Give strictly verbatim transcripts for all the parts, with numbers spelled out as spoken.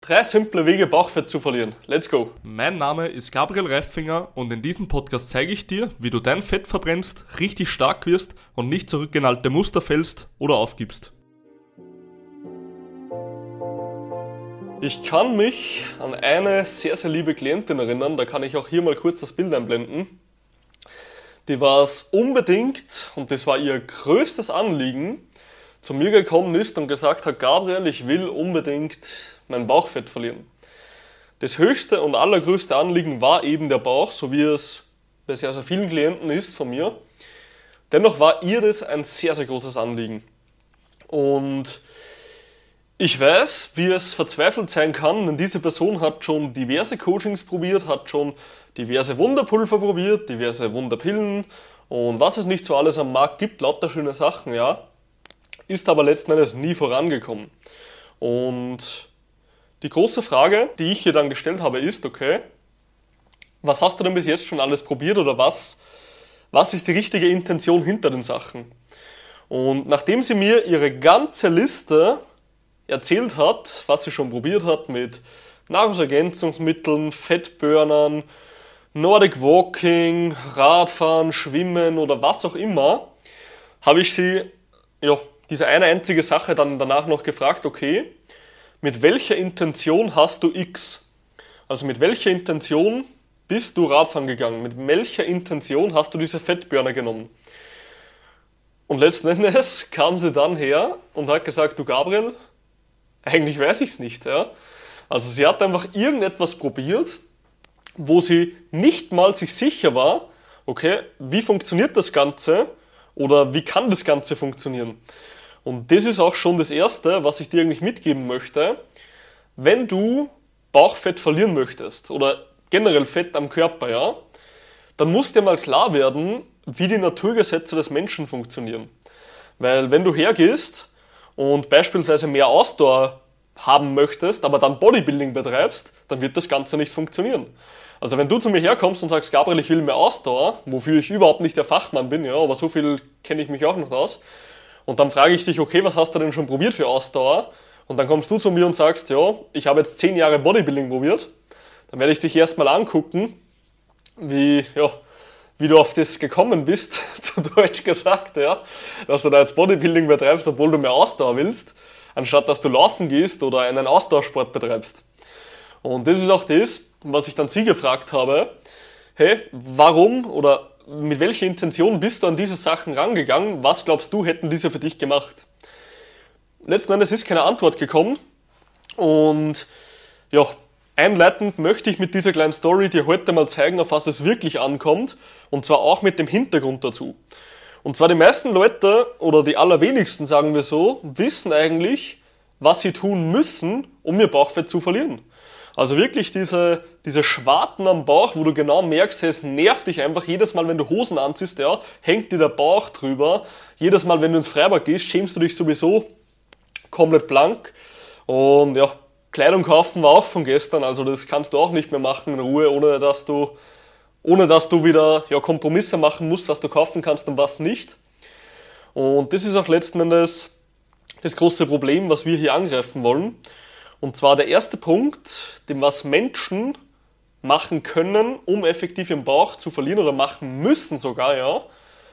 Drei simple Wege, Bauchfett zu verlieren. Let's go! Mein Name ist Gabriel Reifinger und in diesem Podcast zeige ich dir, wie du dein Fett verbrennst, richtig stark wirst und nicht zurück in alte Muster fällst oder aufgibst. Ich kann mich an eine sehr, sehr liebe Klientin erinnern, da kann ich auch hier mal kurz das Bild einblenden. Die war es unbedingt, und das war ihr größtes Anliegen, zu mir gekommen ist und gesagt hat, Gabriel, ich will unbedingt mein Bauchfett verlieren. Das höchste und allergrößte Anliegen war eben der Bauch, so wie es bei sehr, sehr vielen Klienten ist von mir. Dennoch war ihr das ein sehr, sehr großes Anliegen. Und ich weiß, wie es verzweifelt sein kann, denn diese Person hat schon diverse Coachings probiert, hat schon diverse Wunderpulver probiert, diverse Wunderpillen und was es nicht so alles am Markt gibt, lauter schöne Sachen, ja. Ist aber letzten Endes nie vorangekommen. Und die große Frage, die ich hier dann gestellt habe, ist, okay, was hast du denn bis jetzt schon alles probiert oder was, was ist die richtige Intention hinter den Sachen? Und nachdem sie mir ihre ganze Liste erzählt hat, was sie schon probiert hat mit Nahrungsergänzungsmitteln, Fettburnern, Nordic Walking, Radfahren, Schwimmen oder was auch immer, habe ich sie, ja, diese eine einzige Sache dann danach noch gefragt, okay, mit welcher Intention hast du X? Also mit welcher Intention bist du Radfahren gegangen? Mit welcher Intention hast du diese Fettburner genommen? Und letzten Endes kam sie dann her und hat gesagt, du Gabriel, eigentlich weiß ich es nicht. Ja? Also sie hat einfach irgendetwas probiert, wo sie nicht mal sich sicher war, okay, wie funktioniert das Ganze oder wie kann das Ganze funktionieren? Und das ist auch schon das Erste, was ich dir eigentlich mitgeben möchte. Wenn du Bauchfett verlieren möchtest oder generell Fett am Körper, ja, dann muss dir mal klar werden, wie die Naturgesetze des Menschen funktionieren. Weil wenn du hergehst und beispielsweise mehr Ausdauer haben möchtest, aber dann Bodybuilding betreibst, dann wird das Ganze nicht funktionieren. Also wenn du zu mir herkommst und sagst, Gabriel, ich will mehr Ausdauer, wofür ich überhaupt nicht der Fachmann bin, ja, aber so viel kenne ich mich auch noch aus, und dann frage ich dich, okay, was hast du denn schon probiert für Ausdauer? Und dann kommst du zu mir und sagst, ja, ich habe jetzt zehn Jahre Bodybuilding probiert. Dann werde ich dich erstmal angucken, wie, ja, wie du auf das gekommen bist, zu Deutsch gesagt, ja, dass du da jetzt Bodybuilding betreibst, obwohl du mehr Ausdauer willst, anstatt dass du laufen gehst oder einen Ausdauersport betreibst. Und das ist auch das, was ich dann sie gefragt habe, hey, warum oder mit welcher Intention bist du an diese Sachen rangegangen? Was glaubst du, hätten diese für dich gemacht? Letzten Endes ist keine Antwort gekommen. Und ja, einleitend möchte ich mit dieser kleinen Story dir heute mal zeigen, auf was es wirklich ankommt. Und zwar auch mit dem Hintergrund dazu. Und zwar die meisten Leute, oder die allerwenigsten, sagen wir so, wissen eigentlich, was sie tun müssen, um ihr Bauchfett zu verlieren. Also wirklich diese, diese Schwarten am Bauch, wo du genau merkst, es nervt dich einfach. Jedes Mal, wenn du Hosen anziehst, ja, hängt dir der Bauch drüber. Jedes Mal, wenn du ins Freibad gehst, schämst du dich sowieso komplett blank. Und ja, Kleidung kaufen war auch von gestern, also das kannst du auch nicht mehr machen in Ruhe, ohne dass du, ohne dass du wieder ja, Kompromisse machen musst, was du kaufen kannst und was nicht. Und das ist auch letzten Endes das große Problem, was wir hier angreifen wollen. Und zwar der erste Punkt, den was Menschen machen können, um effektiv ihren Bauch zu verlieren oder machen müssen sogar, ja,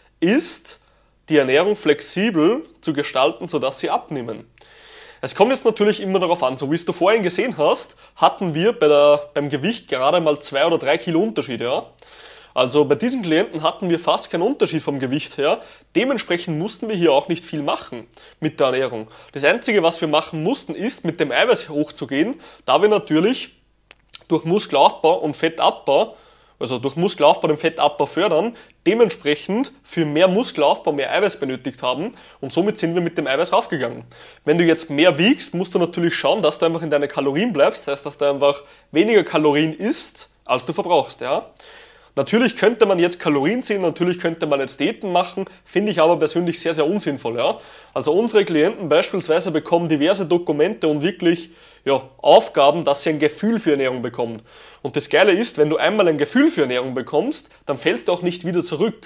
ist die Ernährung flexibel zu gestalten, sodass sie abnehmen. Es kommt jetzt natürlich immer darauf an, so wie es du vorhin gesehen hast, hatten wir bei der, beim Gewicht gerade mal zwei oder drei Kilo Unterschied, ja. Also bei diesen Klienten hatten wir fast keinen Unterschied vom Gewicht her. Dementsprechend mussten wir hier auch nicht viel machen mit der Ernährung. Das Einzige, was wir machen mussten, ist mit dem Eiweiß hochzugehen, da wir natürlich durch Muskelaufbau und Fettabbau, also durch Muskelaufbau den Fettabbau fördern, dementsprechend für mehr Muskelaufbau mehr Eiweiß benötigt haben und somit sind wir mit dem Eiweiß raufgegangen. Wenn du jetzt mehr wiegst, musst du natürlich schauen, dass du einfach in deine Kalorien bleibst, das heißt, dass du einfach weniger Kalorien isst, als du verbrauchst, ja. Natürlich könnte man jetzt Kalorien zählen, natürlich könnte man jetzt Diäten machen, finde ich aber persönlich sehr, sehr unsinnvoll. Ja? Also unsere Klienten beispielsweise bekommen diverse Dokumente und wirklich ja, Aufgaben, dass sie ein Gefühl für Ernährung bekommen. Und das Geile ist, wenn du einmal ein Gefühl für Ernährung bekommst, dann fällst du auch nicht wieder zurück.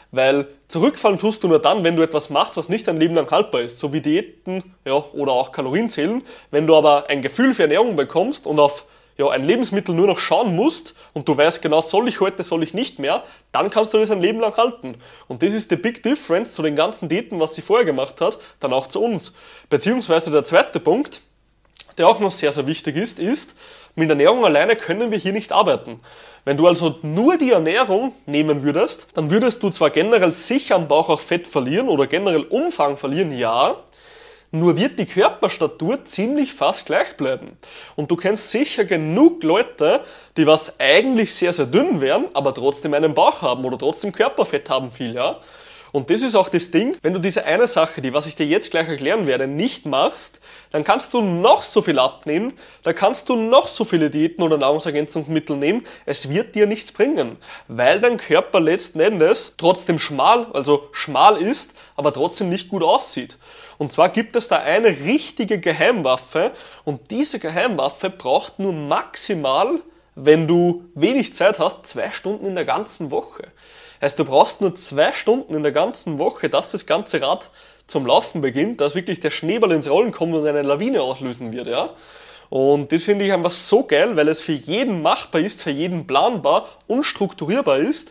Weil zurückfallen tust du nur dann, wenn du etwas machst, was nicht dein Leben lang haltbar ist, so wie Diäten, ja, oder auch Kalorienzählen. Wenn du aber ein Gefühl für Ernährung bekommst und auf ja, ein Lebensmittel nur noch schauen musst und du weißt genau, soll ich heute, soll ich nicht mehr, dann kannst du das ein Leben lang halten. Und das ist the big difference zu den ganzen Diäten, was sie vorher gemacht hat, dann auch zu uns. Beziehungsweise der zweite Punkt, der auch noch sehr, sehr wichtig ist, ist, mit Ernährung alleine können wir hier nicht arbeiten. Wenn du also nur die Ernährung nehmen würdest, dann würdest du zwar generell sicher am Bauch auch Fett verlieren oder generell Umfang verlieren, ja, nur wird die Körperstatur ziemlich fast gleich bleiben. Und du kennst sicher genug Leute, die was eigentlich sehr, sehr dünn wären, aber trotzdem einen Bauch haben oder trotzdem Körperfett haben viel, ja. Und das ist auch das Ding, wenn du diese eine Sache, die was ich dir jetzt gleich erklären werde, nicht machst, dann kannst du noch so viel abnehmen, da kannst du noch so viele Diäten oder Nahrungsergänzungsmittel nehmen, es wird dir nichts bringen, weil dein Körper letzten Endes trotzdem schmal, also schmal ist, aber trotzdem nicht gut aussieht. Und zwar gibt es da eine richtige Geheimwaffe und diese Geheimwaffe braucht nur maximal, wenn du wenig Zeit hast, zwei Stunden in der ganzen Woche. Heißt, du brauchst nur zwei Stunden in der ganzen Woche, dass das ganze Rad zum Laufen beginnt, dass wirklich der Schneeball ins Rollen kommt und eine Lawine auslösen wird, ja. Und das finde ich einfach so geil, weil es für jeden machbar ist, für jeden planbar und strukturierbar ist.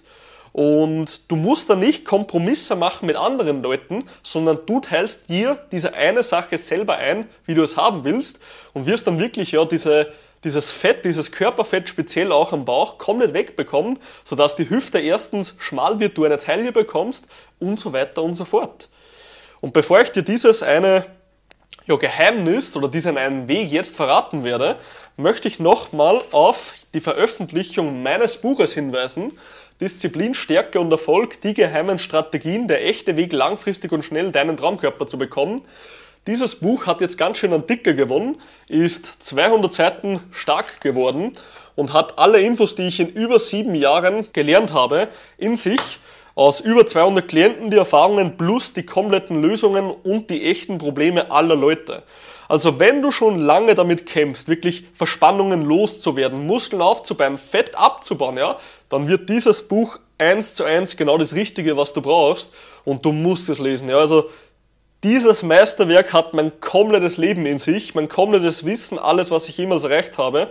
Und du musst da nicht Kompromisse machen mit anderen Leuten, sondern du teilst dir diese eine Sache selber ein, wie du es haben willst und wirst dann wirklich ja diese dieses Fett, dieses Körperfett speziell auch am Bauch komplett wegbekommen, sodass die Hüfte erstens schmal wird, du eine Taille bekommst und so weiter und so fort. Und bevor ich dir dieses eine ja, Geheimnis oder diesen einen Weg jetzt verraten werde, möchte ich nochmal auf die Veröffentlichung meines Buches hinweisen, Disziplin, Stärke und Erfolg, die geheimen Strategien, der echte Weg langfristig und schnell deinen Traumkörper zu bekommen. Dieses Buch hat jetzt ganz schön an Dicke gewonnen, ist zweihundert Seiten stark geworden und hat alle Infos, die ich in über sieben Jahren gelernt habe, in sich. Aus über zweihundert Klienten die Erfahrungen plus die kompletten Lösungen und die echten Probleme aller Leute. Also wenn du schon lange damit kämpfst, wirklich Verspannungen loszuwerden, Muskeln aufzubauen, Fett abzubauen, ja, dann wird dieses Buch eins zu eins genau das Richtige, was du brauchst und du musst es lesen. Ja, also dieses Meisterwerk hat mein komplettes Leben in sich, mein komplettes Wissen, alles, was ich jemals erreicht habe.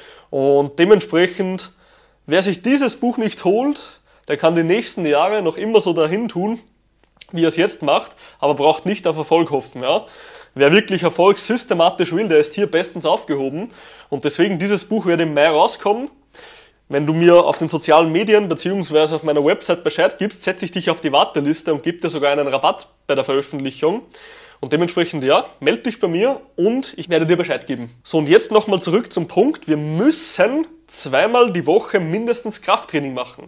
Und dementsprechend, wer sich dieses Buch nicht holt, der kann die nächsten Jahre noch immer so dahin tun, wie er es jetzt macht, aber braucht nicht auf Erfolg hoffen. Ja? Wer wirklich Erfolg systematisch will, der ist hier bestens aufgehoben. Und deswegen, dieses Buch wird im Mai rauskommen. Wenn du mir auf den sozialen Medien bzw. auf meiner Website Bescheid gibst, setze ich dich auf die Warteliste und gebe dir sogar einen Rabatt bei der Veröffentlichung. Und dementsprechend, ja, melde dich bei mir und ich werde dir Bescheid geben. So, und jetzt nochmal zurück zum Punkt. Wir müssen zweimal die Woche mindestens Krafttraining machen.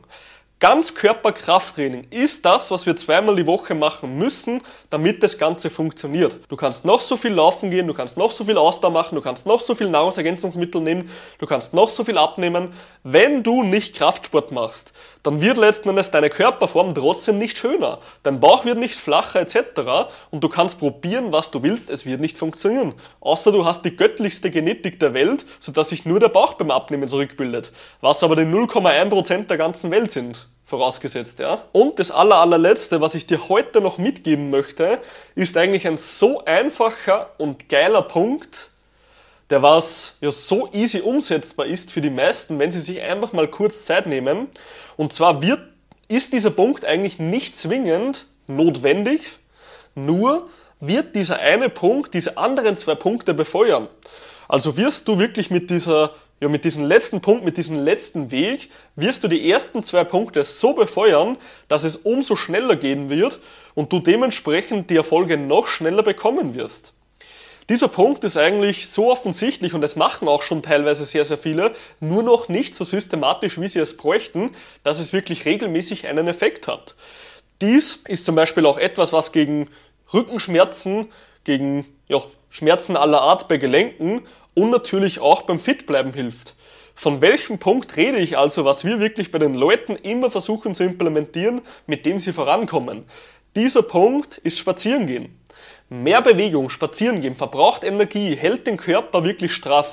Ganzkörperkrafttraining ist das, was wir zweimal die Woche machen müssen, damit das Ganze funktioniert. Du kannst noch so viel laufen gehen, du kannst noch so viel Ausdauer machen, du kannst noch so viel Nahrungsergänzungsmittel nehmen, du kannst noch so viel abnehmen. Wenn du nicht Kraftsport machst, dann wird letzten Endes deine Körperform trotzdem nicht schöner. Dein Bauch wird nicht flacher et cetera. Und du kannst probieren, was du willst, es wird nicht funktionieren. Außer du hast die göttlichste Genetik der Welt, sodass sich nur der Bauch beim Abnehmen zurückbildet. Was aber die null Komma eins Prozent der ganzen Welt sind. Vorausgesetzt, ja. Und das aller, allerletzte, was ich dir heute noch mitgeben möchte, ist eigentlich ein so einfacher und geiler Punkt, der was ja so easy umsetzbar ist für die meisten, wenn sie sich einfach mal kurz Zeit nehmen. Und zwar wird, ist dieser Punkt eigentlich nicht zwingend notwendig, nur wird dieser eine Punkt diese anderen zwei Punkte befeuern. Also wirst du wirklich mit dieser, ja, mit diesem letzten Punkt, mit diesem letzten Weg, wirst du die ersten zwei Punkte so befeuern, dass es umso schneller gehen wird und du dementsprechend die Erfolge noch schneller bekommen wirst. Dieser Punkt ist eigentlich so offensichtlich und das machen auch schon teilweise sehr, sehr viele, nur noch nicht so systematisch, wie sie es bräuchten, dass es wirklich regelmäßig einen Effekt hat. Dies ist zum Beispiel auch etwas, was gegen Rückenschmerzen, gegen ja, Schmerzen aller Art bei Gelenken und natürlich auch beim Fitbleiben hilft. Von welchem Punkt rede ich also, was wir wirklich bei den Leuten immer versuchen zu implementieren, mit dem sie vorankommen? Dieser Punkt ist Spazierengehen. Mehr Bewegung, Spazierengehen, verbraucht Energie, hält den Körper wirklich straff.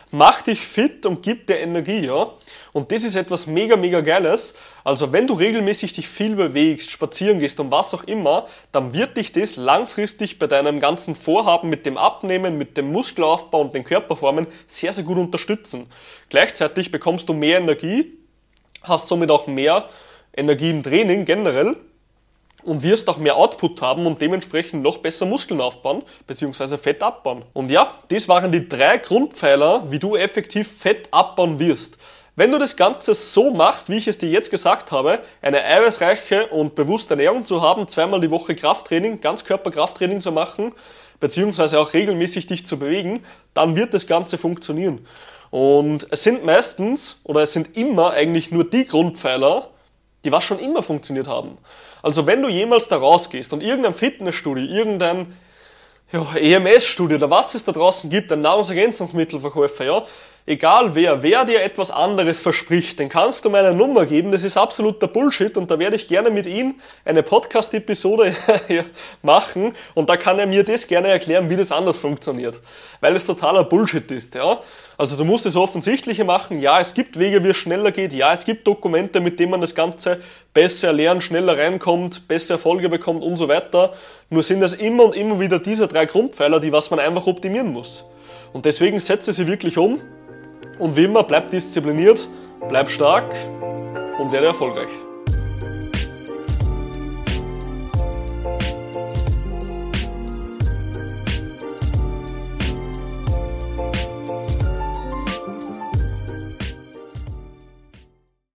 macht dich fit und gibt dir Energie, ja. Und das ist etwas mega, mega Geiles. Also wenn du regelmäßig dich viel bewegst, spazieren gehst und was auch immer, dann wird dich das langfristig bei deinem ganzen Vorhaben mit dem Abnehmen, mit dem Muskelaufbau und den Körperformen sehr, sehr gut unterstützen. Gleichzeitig bekommst du mehr Energie, hast somit auch mehr Energie im Training generell und wirst auch mehr Output haben und dementsprechend noch besser Muskeln aufbauen bzw. Fett abbauen. Und ja, das waren die drei Grundpfeiler, wie du effektiv Fett abbauen wirst. Wenn du das Ganze so machst, wie ich es dir jetzt gesagt habe, eine eiweißreiche und bewusste Ernährung zu haben, zweimal die Woche Krafttraining, Ganzkörper-Krafttraining zu machen, beziehungsweise auch regelmäßig dich zu bewegen, dann wird das Ganze funktionieren. Und es sind meistens, oder es sind immer eigentlich nur die Grundpfeiler, die was schon immer funktioniert haben. Also wenn du jemals da rausgehst und irgendein Fitnessstudio, irgendein ja, E M S-Studio oder was es da draußen gibt, ein Nahrungsergänzungsmittelverkäufer, ja, egal wer, wer dir etwas anderes verspricht, den kannst du meine Nummer geben, das ist absoluter Bullshit und da werde ich gerne mit ihm eine Podcast-Episode machen und da kann er mir das gerne erklären, wie das anders funktioniert, weil es totaler Bullshit ist, ja. Also du musst das Offensichtliche machen, ja, es gibt Wege, wie es schneller geht, ja, es gibt Dokumente, mit denen man das Ganze besser lernt, schneller reinkommt, bessere Erfolge bekommt und so weiter, nur sind es immer und immer wieder diese drei Grundpfeiler, die was man einfach optimieren muss. Und deswegen setze sie wirklich um. Und wie immer, bleib diszipliniert, bleib stark und werde erfolgreich.